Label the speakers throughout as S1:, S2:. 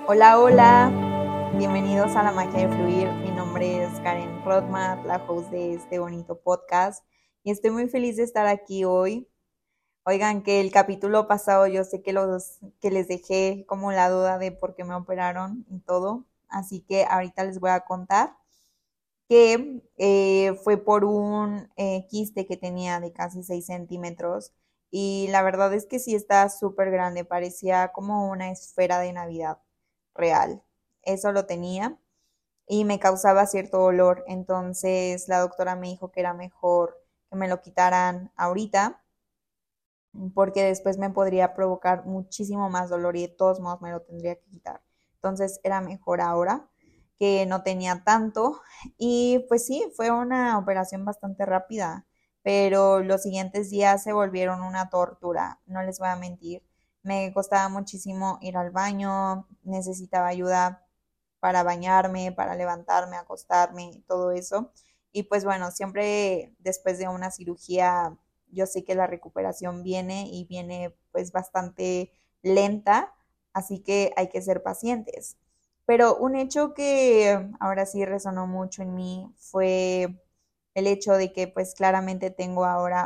S1: Hola, hola, bienvenidos a La Magia de Fluir. Mi nombre es Karen Rothman, la host de este bonito podcast y estoy muy feliz de estar aquí hoy. Oigan, que el capítulo pasado yo sé que les dejé como la duda de por qué me operaron y todo, así que ahorita les voy a contar que fue por un quiste que tenía de casi 6 centímetros y la verdad es que sí está súper grande, parecía como una esfera de Navidad real. Eso lo tenía y me causaba cierto dolor, entonces la doctora me dijo que era mejor que me lo quitaran ahorita porque después me podría provocar muchísimo más dolor y de todos modos me lo tendría que quitar. Entonces era mejor ahora que no tenía tanto y pues sí, fue una operación bastante rápida, pero los siguientes días se volvieron una tortura, no les voy a mentir. Me costaba muchísimo ir al baño, necesitaba ayuda para bañarme, para levantarme, acostarme, todo eso. Y pues bueno, siempre después de una cirugía yo sé que la recuperación viene y viene pues bastante lenta, así que hay que ser pacientes. Pero un hecho que ahora sí resonó mucho en mí fue el hecho de que pues claramente tengo ahora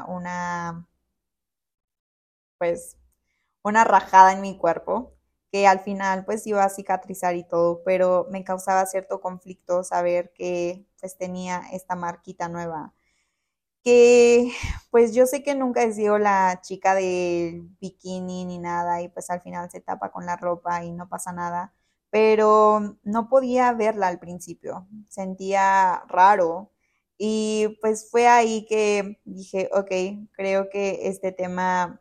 S1: pues una rajada en mi cuerpo que al final pues iba a cicatrizar y todo, pero me causaba cierto conflicto saber que pues tenía esta marquita nueva que pues yo sé que nunca he sido la chica del bikini ni nada y pues al final se tapa con la ropa y no pasa nada, pero no podía verla al principio, sentía raro y pues fue ahí que dije, ok, creo que este tema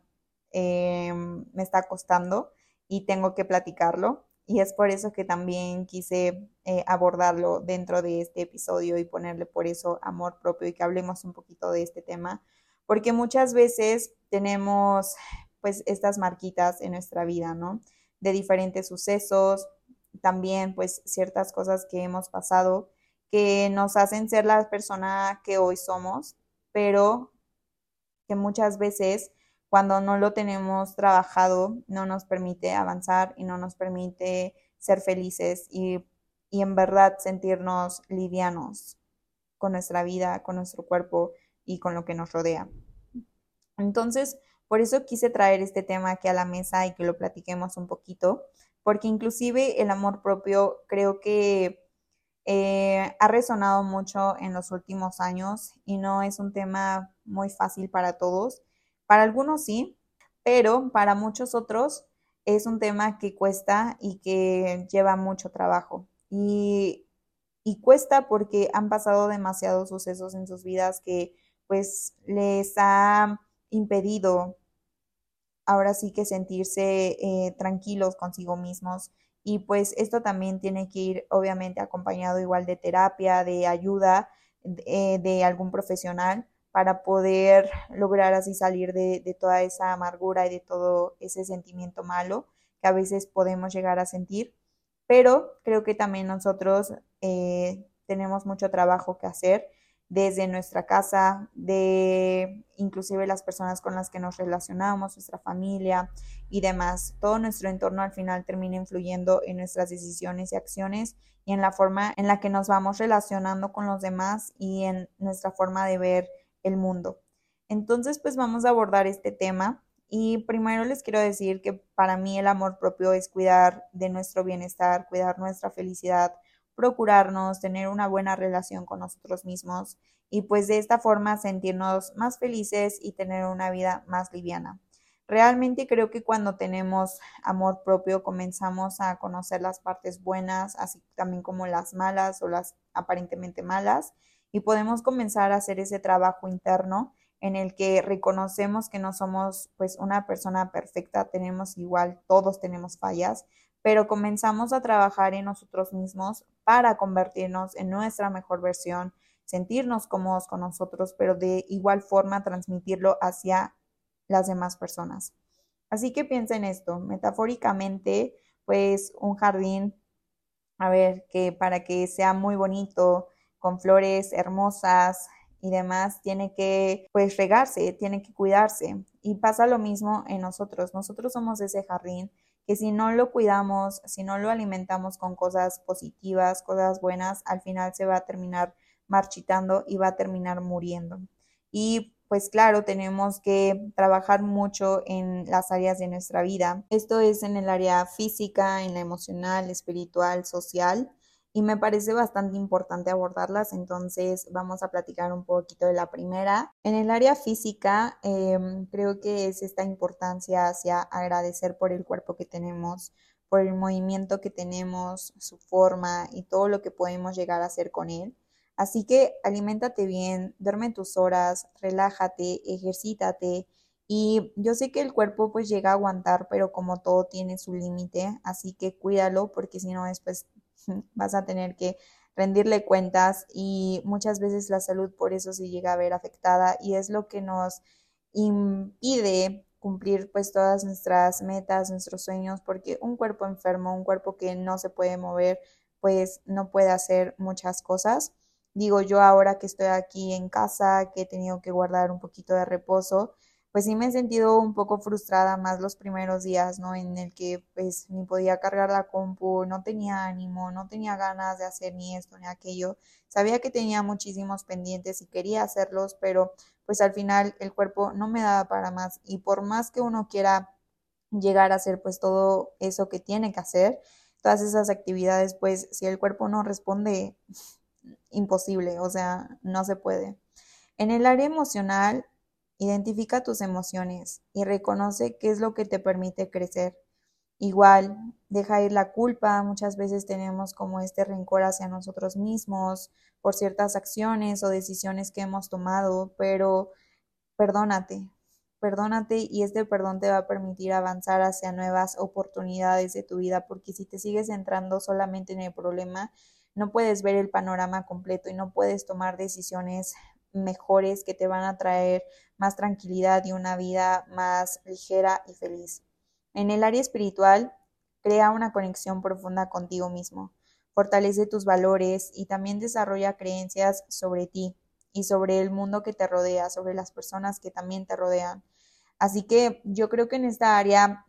S1: me está costando y tengo que platicarlo. Y es por eso que también quise abordarlo dentro de este episodio y ponerle por eso amor propio y que hablemos un poquito de este tema, porque muchas veces tenemos pues estas marquitas en nuestra vida, ¿no? De diferentes sucesos, también pues ciertas cosas que hemos pasado que nos hacen ser la persona que hoy somos, pero que muchas veces cuando no lo tenemos trabajado no nos permite avanzar y no nos permite ser felices y en verdad sentirnos livianos con nuestra vida, con nuestro cuerpo y con lo que nos rodea. Entonces, por eso quise traer este tema aquí a la mesa y que lo platiquemos un poquito, porque inclusive el amor propio creo que ha resonado mucho en los últimos años y no es un tema muy fácil para todos. Para algunos sí, pero para muchos otros es un tema que cuesta y que lleva mucho trabajo. Y cuesta porque han pasado demasiados sucesos en sus vidas que pues les ha impedido ahora sí que sentirse tranquilos consigo mismos. Y pues esto también tiene que ir obviamente acompañado igual de terapia, de ayuda de algún profesional para poder lograr así salir de toda esa amargura y de todo ese sentimiento malo que a veces podemos llegar a sentir. Pero creo que también nosotros tenemos mucho trabajo que hacer desde nuestra casa, de inclusive las personas con las que nos relacionamos, nuestra familia y demás. Todo nuestro entorno al final termina influyendo en nuestras decisiones y acciones y en la forma en la que nos vamos relacionando con los demás y en nuestra forma de ver el mundo. Entonces, pues vamos a abordar este tema y primero les quiero decir que para mí el amor propio es cuidar de nuestro bienestar, cuidar nuestra felicidad, procurarnos, tener una buena relación con nosotros mismos y pues de esta forma sentirnos más felices y tener una vida más liviana. Realmente creo que cuando tenemos amor propio comenzamos a conocer las partes buenas, así también como las malas o las aparentemente malas, y podemos comenzar a hacer ese trabajo interno en el que reconocemos que no somos pues una persona perfecta, tenemos igual, todos tenemos fallas, pero comenzamos a trabajar en nosotros mismos para convertirnos en nuestra mejor versión, sentirnos cómodos con nosotros, pero de igual forma transmitirlo hacia las demás personas. Así que piensa en esto, metafóricamente, pues un jardín, a ver, que para que sea muy bonito, con flores hermosas y demás tiene que pues regarse, tiene que cuidarse. Y pasa lo mismo en nosotros. Nosotros somos ese jardín que si no lo cuidamos, si no lo alimentamos con cosas positivas, cosas buenas, al final se va a terminar marchitando y va a terminar muriendo. Y pues claro, tenemos que trabajar mucho en las áreas de nuestra vida. Esto es en el área física, en la emocional, espiritual, social, y me parece bastante importante abordarlas, entonces vamos a platicar un poquito de la primera. En el área física, creo que es esta importancia hacia agradecer por el cuerpo que tenemos, por el movimiento que tenemos, su forma y todo lo que podemos llegar a hacer con él. Así que aliméntate bien, duerme tus horas, relájate, ejercítate. Y yo sé que el cuerpo pues llega a aguantar, pero como todo tiene su límite, así que cuídalo porque si no después vas a tener que rendirle cuentas y muchas veces la salud por eso se llega a ver afectada y es lo que nos impide cumplir pues todas nuestras metas, nuestros sueños, porque un cuerpo enfermo, un cuerpo que no se puede mover, pues no puede hacer muchas cosas. Digo, yo ahora que estoy aquí en casa, que he tenido que guardar un poquito de reposo, pues sí me he sentido un poco frustrada más los primeros días, ¿no? En el que pues ni podía cargar la compu, no tenía ánimo, no tenía ganas de hacer ni esto ni aquello. Sabía que tenía muchísimos pendientes y quería hacerlos, pero pues al final el cuerpo no me daba para más y por más que uno quiera llegar a hacer pues todo eso que tiene que hacer, todas esas actividades, pues si el cuerpo no responde, imposible, o sea, no se puede. En el área emocional, identifica tus emociones y reconoce qué es lo que te permite crecer. Igual, deja ir la culpa. Muchas veces tenemos como este rencor hacia nosotros mismos por ciertas acciones o decisiones que hemos tomado, pero perdónate, perdónate y este perdón te va a permitir avanzar hacia nuevas oportunidades de tu vida, porque si te sigues centrando solamente en el problema, no puedes ver el panorama completo y no puedes tomar decisiones mejores que te van a traer más tranquilidad y una vida más ligera y feliz. En el área espiritual, crea una conexión profunda contigo mismo, fortalece tus valores y también desarrolla creencias sobre ti y sobre el mundo que te rodea, sobre las personas que también te rodean. Así que yo creo que en esta área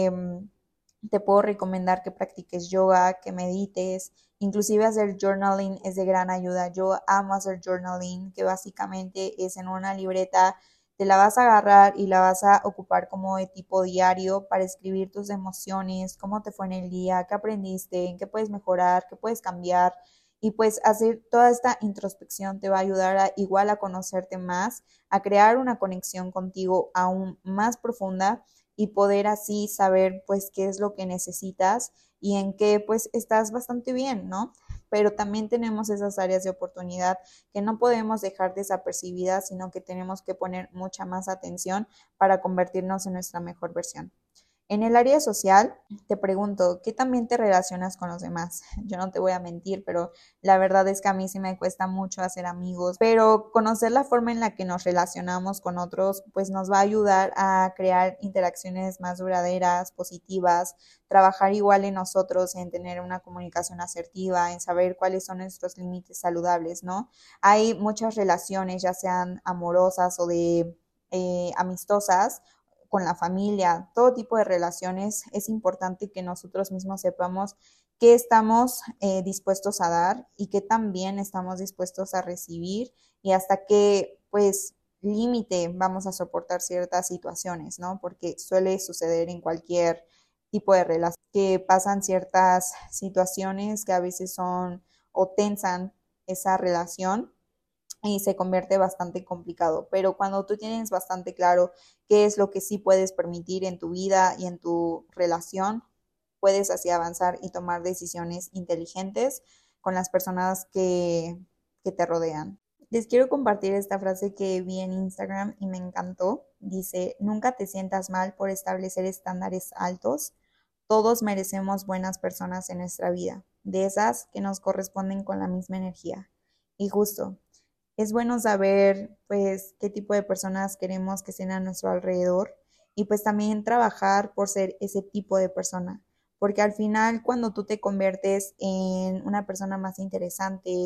S1: te puedo recomendar que practiques yoga, que medites, inclusive hacer journaling es de gran ayuda. Yo amo hacer journaling, que básicamente es en una libreta, te la vas a agarrar y la vas a ocupar como de tipo diario para escribir tus emociones, cómo te fue en el día, qué aprendiste, en qué puedes mejorar, qué puedes cambiar. Y pues hacer toda esta introspección te va a ayudar a igual a conocerte más, a crear una conexión contigo aún más profunda y poder así saber pues qué es lo que necesitas y en qué pues estás bastante bien, ¿no? Pero también tenemos esas áreas de oportunidad que no podemos dejar desapercibidas, sino que tenemos que poner mucha más atención para convertirnos en nuestra mejor versión. En el área social, te pregunto, ¿qué también te relacionas con los demás? Yo no te voy a mentir, pero la verdad es que a mí sí me cuesta mucho hacer amigos, pero conocer la forma en la que nos relacionamos con otros, pues nos va a ayudar a crear interacciones más duraderas, positivas, trabajar igual en nosotros, en tener una comunicación asertiva, en saber cuáles son nuestros límites saludables, ¿no? Hay muchas relaciones, ya sean amorosas o de amistosas, con la familia, todo tipo de relaciones, es importante que nosotros mismos sepamos qué estamos dispuestos a dar y qué también estamos dispuestos a recibir y hasta qué, pues, límite vamos a soportar ciertas situaciones, ¿no? Porque suele suceder en cualquier tipo de relación que pasan ciertas situaciones que a veces son o tensan esa relación y se convierte bastante complicado. Pero cuando tú tienes bastante claro qué es lo que sí puedes permitir en tu vida y en tu relación, puedes así avanzar y tomar decisiones inteligentes con las personas que te rodean. Les quiero compartir esta frase que vi en Instagram y me encantó. Dice, nunca te sientas mal por establecer estándares altos. Todos merecemos buenas personas en nuestra vida, de esas que nos corresponden con la misma energía. Y justo, es bueno saber pues qué tipo de personas queremos que estén a nuestro alrededor y pues también trabajar por ser ese tipo de persona, porque al final cuando tú te conviertes en una persona más interesante,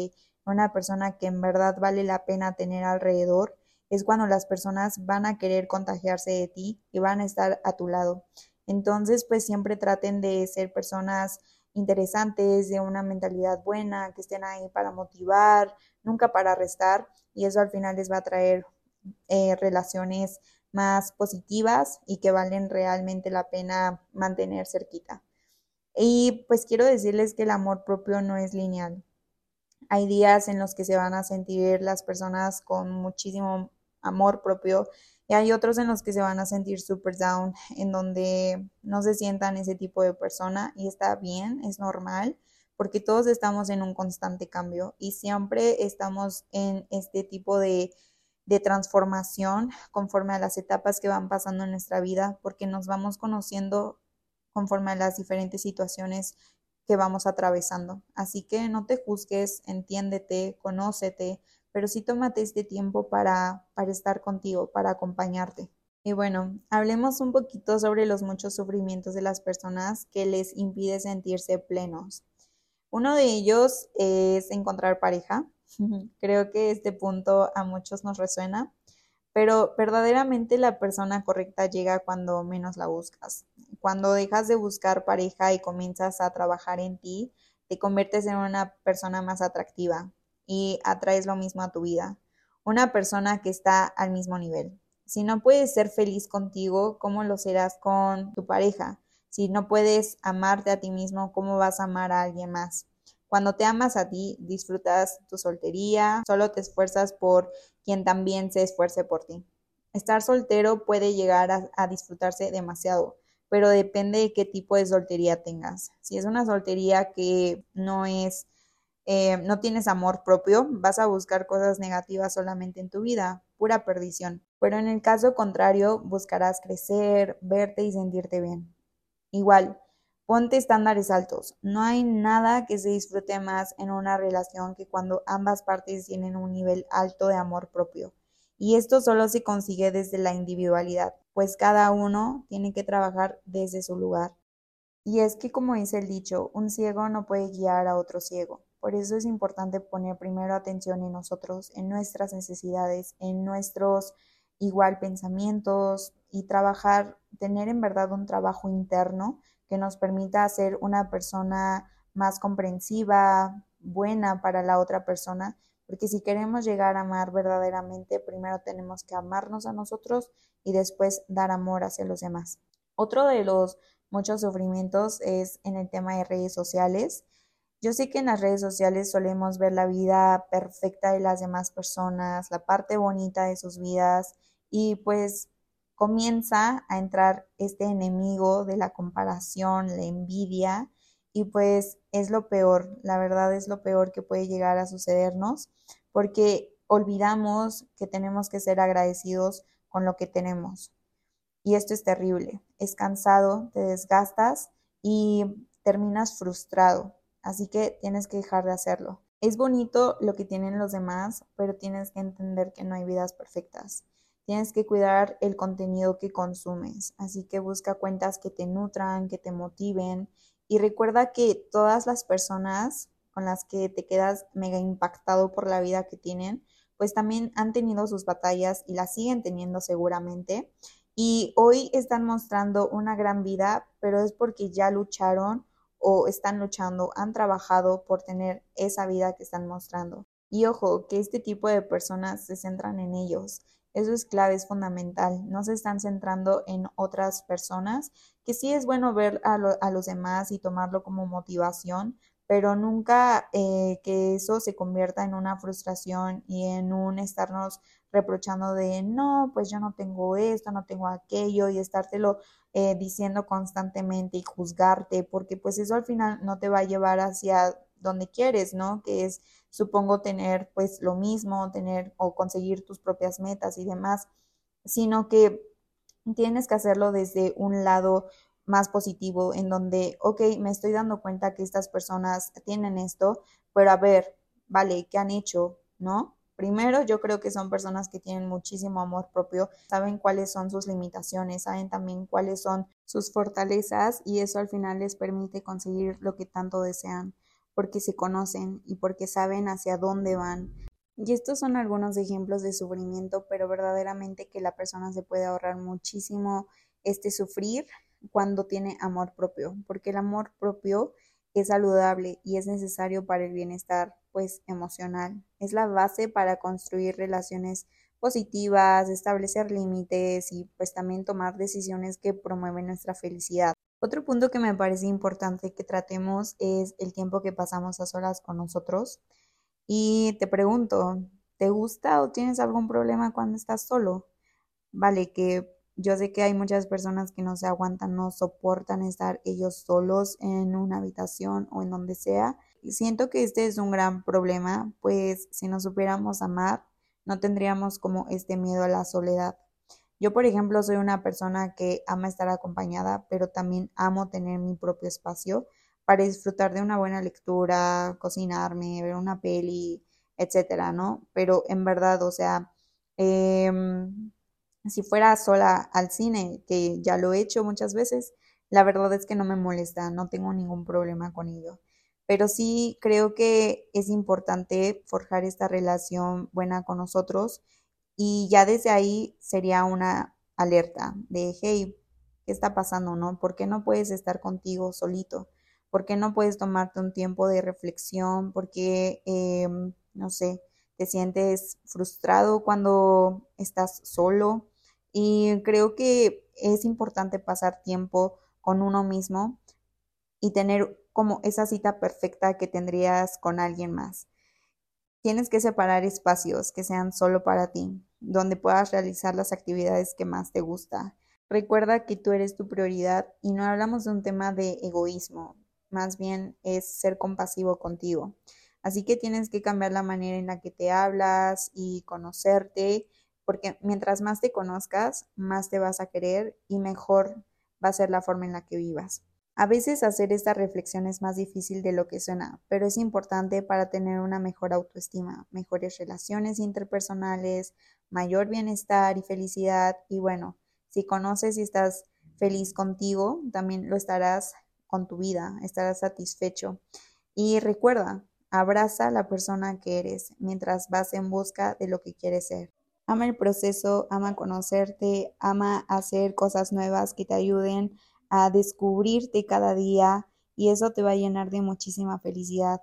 S1: una persona que en verdad vale la pena tener alrededor, es cuando las personas van a querer contagiarse de ti y van a estar a tu lado. Entonces, pues siempre traten de ser personas interesantes, de una mentalidad buena, que estén ahí para motivar, nunca para restar, y eso al final les va a traer relaciones más positivas y que valen realmente la pena mantener cerquita. Y pues quiero decirles que el amor propio no es lineal. Hay días en los que se van a sentir las personas con muchísimo amor propio y hay otros en los que se van a sentir super down, en donde no se sientan ese tipo de persona y está bien, es normal, porque todos estamos en un constante cambio y siempre estamos en este tipo de transformación conforme a las etapas que van pasando en nuestra vida, porque nos vamos conociendo conforme a las diferentes situaciones que vamos atravesando. Así que no te juzgues, entiéndete, conócete, pero sí tómate este tiempo para estar contigo, para acompañarte. Y bueno, hablemos un poquito sobre los muchos sufrimientos de las personas que les impide sentirse plenos. Uno de ellos es encontrar pareja. Creo que este punto a muchos nos resuena, pero verdaderamente la persona correcta llega cuando menos la buscas. Cuando dejas de buscar pareja y comienzas a trabajar en ti, te conviertes en una persona más atractiva y atraes lo mismo a tu vida. Una persona que está al mismo nivel. Si no puedes ser feliz contigo, ¿cómo lo serás con tu pareja? Si no puedes amarte a ti mismo, ¿cómo vas a amar a alguien más? Cuando te amas a ti, disfrutas tu soltería, solo te esfuerzas por quien también se esfuerce por ti. Estar soltero puede llegar a disfrutarse demasiado, pero depende de qué tipo de soltería tengas. Si es una soltería que no tienes amor propio, vas a buscar cosas negativas solamente en tu vida, pura perdición. Pero en el caso contrario, buscarás crecer, verte y sentirte bien. Igual, ponte estándares altos. No hay nada que se disfrute más en una relación que cuando ambas partes tienen un nivel alto de amor propio. Y esto solo se consigue desde la individualidad, pues cada uno tiene que trabajar desde su lugar. Y es que, como dice el dicho, un ciego no puede guiar a otro ciego. Por eso es importante poner primero atención en nosotros, en nuestras necesidades, en nuestros igual pensamientos y trabajar, tener en verdad un trabajo interno que nos permita ser una persona más comprensiva, buena para la otra persona, porque si queremos llegar a amar verdaderamente, primero tenemos que amarnos a nosotros y después dar amor hacia los demás. Otro de los muchos sufrimientos es en el tema de redes sociales. Yo sé que en las redes sociales solemos ver la vida perfecta de las demás personas, la parte bonita de sus vidas y pues comienza a entrar este enemigo de la comparación, la envidia y pues es lo peor, la verdad es lo peor que puede llegar a sucedernos porque olvidamos que tenemos que ser agradecidos con lo que tenemos. Y esto es terrible, es cansado, te desgastas y terminas frustrado, así que tienes que dejar de hacerlo. Es bonito lo que tienen los demás, pero tienes que entender que no hay vidas perfectas. Tienes que cuidar el contenido que consumes, así que busca cuentas que te nutran, que te motiven y recuerda que todas las personas con las que te quedas mega impactado por la vida que tienen, pues también han tenido sus batallas y las siguen teniendo seguramente y hoy están mostrando una gran vida, pero es porque ya lucharon o están luchando, han trabajado por tener esa vida que están mostrando. Y ojo, que este tipo de personas se centran en ellos. Eso es clave, es fundamental. No se están centrando en otras personas, que sí es bueno ver a los demás y tomarlo como motivación, pero nunca que eso se convierta en una frustración y en un estarnos reprochando de no, pues yo no tengo esto, no tengo aquello y estártelo diciendo constantemente y juzgarte, porque pues eso al final no te va a llevar hacia donde quieres, ¿no? Que es, supongo, tener pues lo mismo, tener o conseguir tus propias metas y demás, sino que tienes que hacerlo desde un lado más positivo, en donde, ok, me estoy dando cuenta que estas personas tienen esto, pero a ver, vale, ¿qué han hecho? ¿No? Primero, yo creo que son personas que tienen muchísimo amor propio, saben cuáles son sus limitaciones, saben también cuáles son sus fortalezas y eso al final les permite conseguir lo que tanto desean. porque se conocen y porque saben hacia dónde van. Y estos son algunos ejemplos de sufrimiento, pero verdaderamente que la persona se puede ahorrar muchísimo este sufrir cuando tiene amor propio, porque el amor propio es saludable y es necesario para el bienestar pues emocional. Es la base para construir relaciones positivas, establecer límites y pues también tomar decisiones que promueven nuestra felicidad. Otro punto que me parece importante que tratemos es el tiempo que pasamos a solas con nosotros. Y te pregunto, ¿te gusta o tienes algún problema cuando estás solo? Vale, que yo sé que hay muchas personas que no se aguantan, no soportan estar ellos solos en una habitación o en donde sea. Y siento que este es un gran problema, pues si nos supiéramos amar, no tendríamos como este miedo a la soledad. Yo, por ejemplo, soy una persona que ama estar acompañada, pero también amo tener mi propio espacio para disfrutar de una buena lectura, cocinarme, ver una peli, etcétera, ¿no? Pero en verdad, o sea, si fuera sola al cine, que ya lo he hecho muchas veces, la verdad es que no me molesta, no tengo ningún problema con ello. Pero sí creo que es importante forjar esta relación buena con nosotros y ya desde ahí sería una alerta de, hey, ¿qué está pasando, no? ¿Por qué no puedes estar contigo solito? ¿Por qué no puedes tomarte un tiempo de reflexión? ¿Por qué, no sé, te sientes frustrado cuando estás solo? Y creo que es importante pasar tiempo con uno mismo y tener como esa cita perfecta que tendrías con alguien más. Tienes que separar espacios que sean solo para ti, donde puedas realizar las actividades que más te gusta. Recuerda que tú eres tu prioridad y no hablamos de un tema de egoísmo, más bien es ser compasivo contigo. Así que tienes que cambiar la manera en la que te hablas y conocerte, porque mientras más te conozcas, más te vas a querer y mejor va a ser la forma en la que vivas. A veces hacer esta reflexión es más difícil de lo que suena, pero es importante para tener una mejor autoestima, mejores relaciones interpersonales, mayor bienestar y felicidad. Y bueno, si conoces y estás feliz contigo, también lo estarás con tu vida, estarás satisfecho. Y recuerda, abraza a la persona que eres mientras vas en busca de lo que quieres ser. Ama el proceso, ama conocerte, ama hacer cosas nuevas que te ayuden a descubrirte cada día y eso te va a llenar de muchísima felicidad.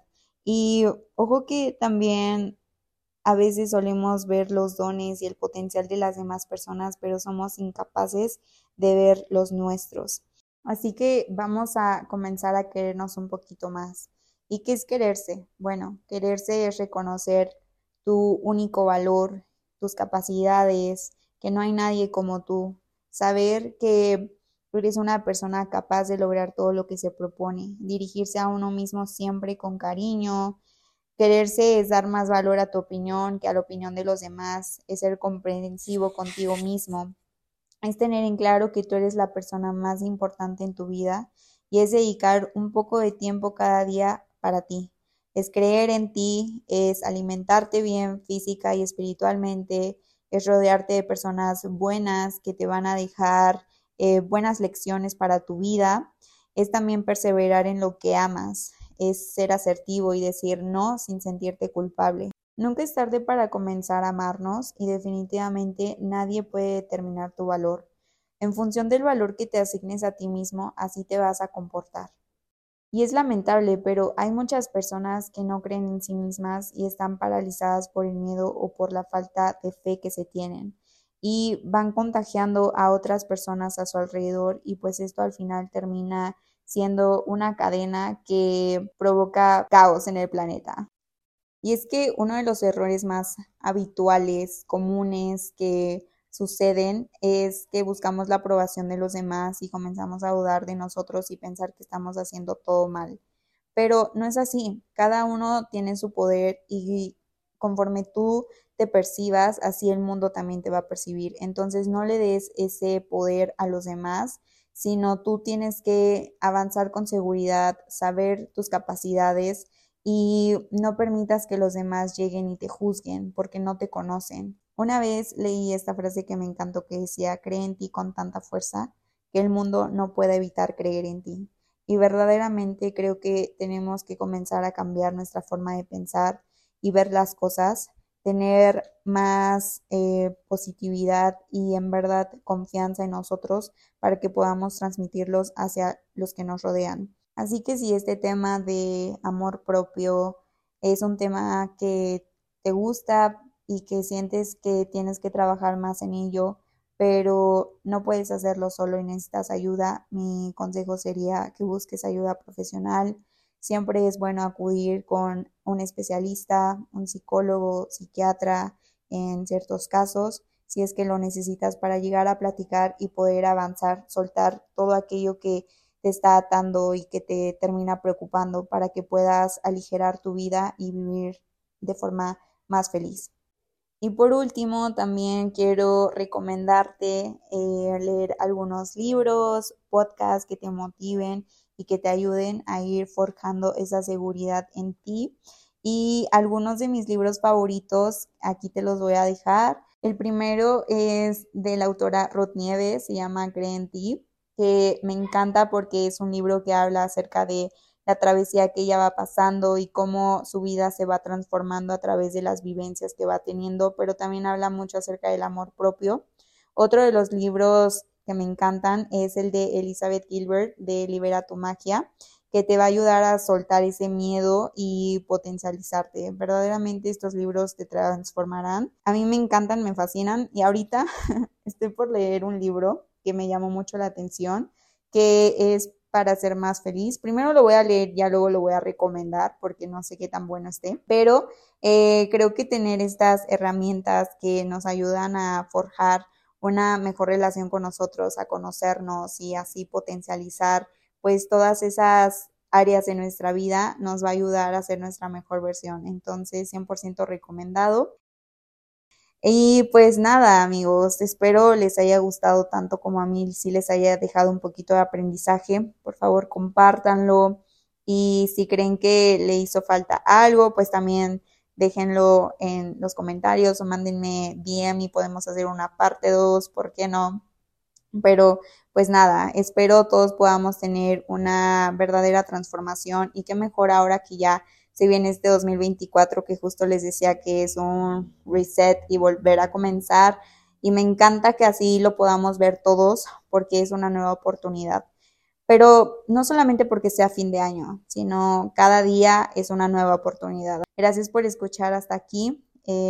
S1: Y ojo que también a veces solemos ver los dones y el potencial de las demás personas, pero somos incapaces de ver los nuestros. Así que vamos a comenzar a querernos un poquito más. ¿Y qué es quererse? Bueno, quererse es reconocer tu único valor, tus capacidades, que no hay nadie como tú. Saber que tú eres una persona capaz de lograr todo lo que se propone. Dirigirse a uno mismo siempre con cariño. Quererse es dar más valor a tu opinión que a la opinión de los demás, es ser comprensivo contigo mismo, es tener en claro que tú eres la persona más importante en tu vida y es dedicar un poco de tiempo cada día para ti. Es creer en ti, es alimentarte bien física y espiritualmente, es rodearte de personas buenas que te van a dejar buenas lecciones para tu vida, es también perseverar en lo que amas, es ser asertivo y decir no sin sentirte culpable. Nunca es tarde para comenzar a amarnos y definitivamente nadie puede determinar tu valor. En función del valor que te asignes a ti mismo, así te vas a comportar. Y es lamentable, pero hay muchas personas que no creen en sí mismas y están paralizadas por el miedo o por la falta de fe que se tienen. Y van contagiando a otras personas a su alrededor y pues esto al final termina siendo una cadena que provoca caos en el planeta. Y es que uno de los errores más habituales, comunes que suceden es que buscamos la aprobación de los demás y comenzamos a dudar de nosotros y pensar que estamos haciendo todo mal. Pero no es así. Cada uno tiene su poder y conforme tú te percibas, así el mundo también te va a percibir. Entonces no le des ese poder a los demás, sino tú tienes que avanzar con seguridad, saber tus capacidades y no permitas que los demás lleguen y te juzguen porque no te conocen. Una vez leí esta frase que me encantó que decía, cree en ti con tanta fuerza que el mundo no puede evitar creer en ti. y verdaderamente creo que tenemos que comenzar a cambiar nuestra forma de pensar y ver las cosas, tener más positividad y en verdad confianza en nosotros para que podamos transmitirlos hacia los que nos rodean. Así que si este tema de amor propio es un tema que te gusta y que sientes que tienes que trabajar más en ello, pero no puedes hacerlo solo y necesitas ayuda, mi consejo sería que busques ayuda profesional. Siempre es bueno acudir con un especialista, un psicólogo, psiquiatra en ciertos casos, si es que lo necesitas para llegar a platicar y poder avanzar, soltar todo aquello que te está atando y que te termina preocupando para que puedas aligerar tu vida y vivir de forma más feliz. Y por último, también quiero recomendarte leer algunos libros, podcasts que te motiven y que te ayuden a ir forjando esa seguridad en ti. Y algunos de mis libros favoritos, aquí te los voy a dejar. El primero es de la autora Ruth Nieves, se llama Cree en ti, que me encanta porque es un libro que habla acerca de la travesía que ella va pasando y cómo su vida se va transformando a través de las vivencias que va teniendo, pero también habla mucho acerca del amor propio. Otro de los libros que me encantan es el de Elizabeth Gilbert, de Libera tu magia, que te va a ayudar a soltar ese miedo y potencializarte. Verdaderamente estos libros te transformarán. A mí me encantan, me fascinan y ahorita estoy por leer un libro que me llamó mucho la atención, que es para ser más feliz. Primero lo voy a leer, ya luego lo voy a recomendar porque no sé qué tan bueno esté, pero creo que tener estas herramientas que nos ayudan a forjar una mejor relación con nosotros, a conocernos y así potencializar pues todas esas áreas de nuestra vida nos va a ayudar a ser nuestra mejor versión. Entonces, 100% recomendado. Y pues nada, amigos, espero les haya gustado tanto como a mí, si les haya dejado un poquito de aprendizaje. Por favor, compártanlo. Y si creen que le hizo falta algo, pues también déjenlo en los comentarios o mándenme DM y podemos hacer una parte 2, ¿por qué no? Pero pues nada, espero todos podamos tener una verdadera transformación y qué mejor ahora que ya se viene este 2024 que justo les decía que es un reset y volver a comenzar y me encanta que así lo podamos ver todos porque es una nueva oportunidad. Pero no solamente porque sea fin de año, sino cada día es una nueva oportunidad. Gracias por escuchar hasta aquí.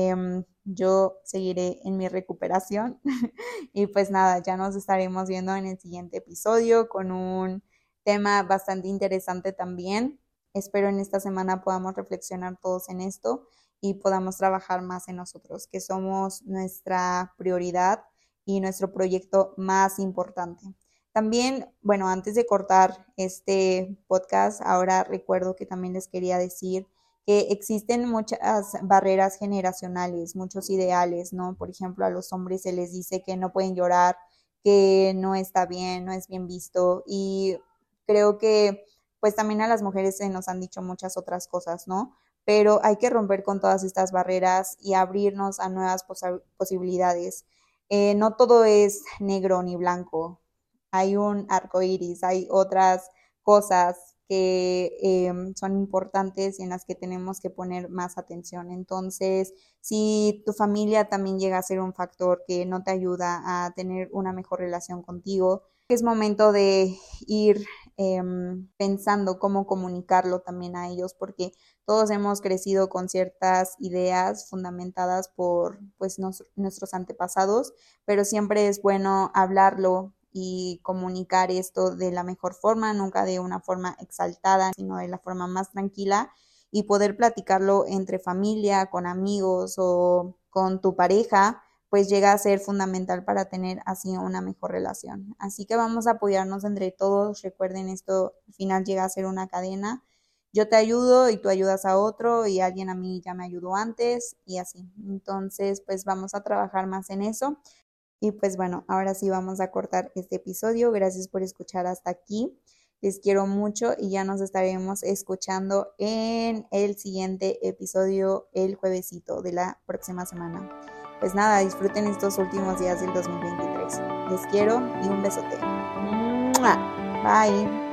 S1: Yo seguiré en mi recuperación y pues nada, ya nos estaremos viendo en el siguiente episodio con un tema bastante interesante también. Espero en esta semana podamos reflexionar todos en esto y podamos trabajar más en nosotros, que somos nuestra prioridad y nuestro proyecto más importante. También, bueno, antes de cortar este podcast, ahora recuerdo que también les quería decir que existen muchas barreras generacionales, muchos ideales, ¿no? Por ejemplo, a los hombres se les dice que no pueden llorar, que no está bien, no es bien visto y creo que pues también a las mujeres se nos han dicho muchas otras cosas, ¿no? Pero hay que romper con todas estas barreras y abrirnos a nuevas posibilidades. No todo es negro ni blanco, hay un arco iris, hay otras cosas que son importantes y en las que tenemos que poner más atención. Entonces, si tu familia también llega a ser un factor que no te ayuda a tener una mejor relación contigo, es momento de ir pensando cómo comunicarlo también a ellos, porque todos hemos crecido con ciertas ideas fundamentadas por pues, nuestros antepasados, pero siempre es bueno hablarlo y comunicar esto de la mejor forma, nunca de una forma exaltada, sino de la forma más tranquila y poder platicarlo entre familia, con amigos o con tu pareja, pues llega a ser fundamental para tener así una mejor relación. Así que vamos a apoyarnos entre todos, recuerden esto, al final llega a ser una cadena. Yo te ayudo y tú ayudas a otro y alguien a mí ya me ayudó antes y así. Entonces, pues vamos a trabajar más en eso. Y pues bueno, ahora sí vamos a cortar este episodio. Gracias por escuchar hasta aquí. Les quiero mucho y ya nos estaremos escuchando en el siguiente episodio el juevesito de la próxima semana. Pues nada, disfruten estos últimos días del 2023. Les quiero y un besote. ¡Mua! Bye.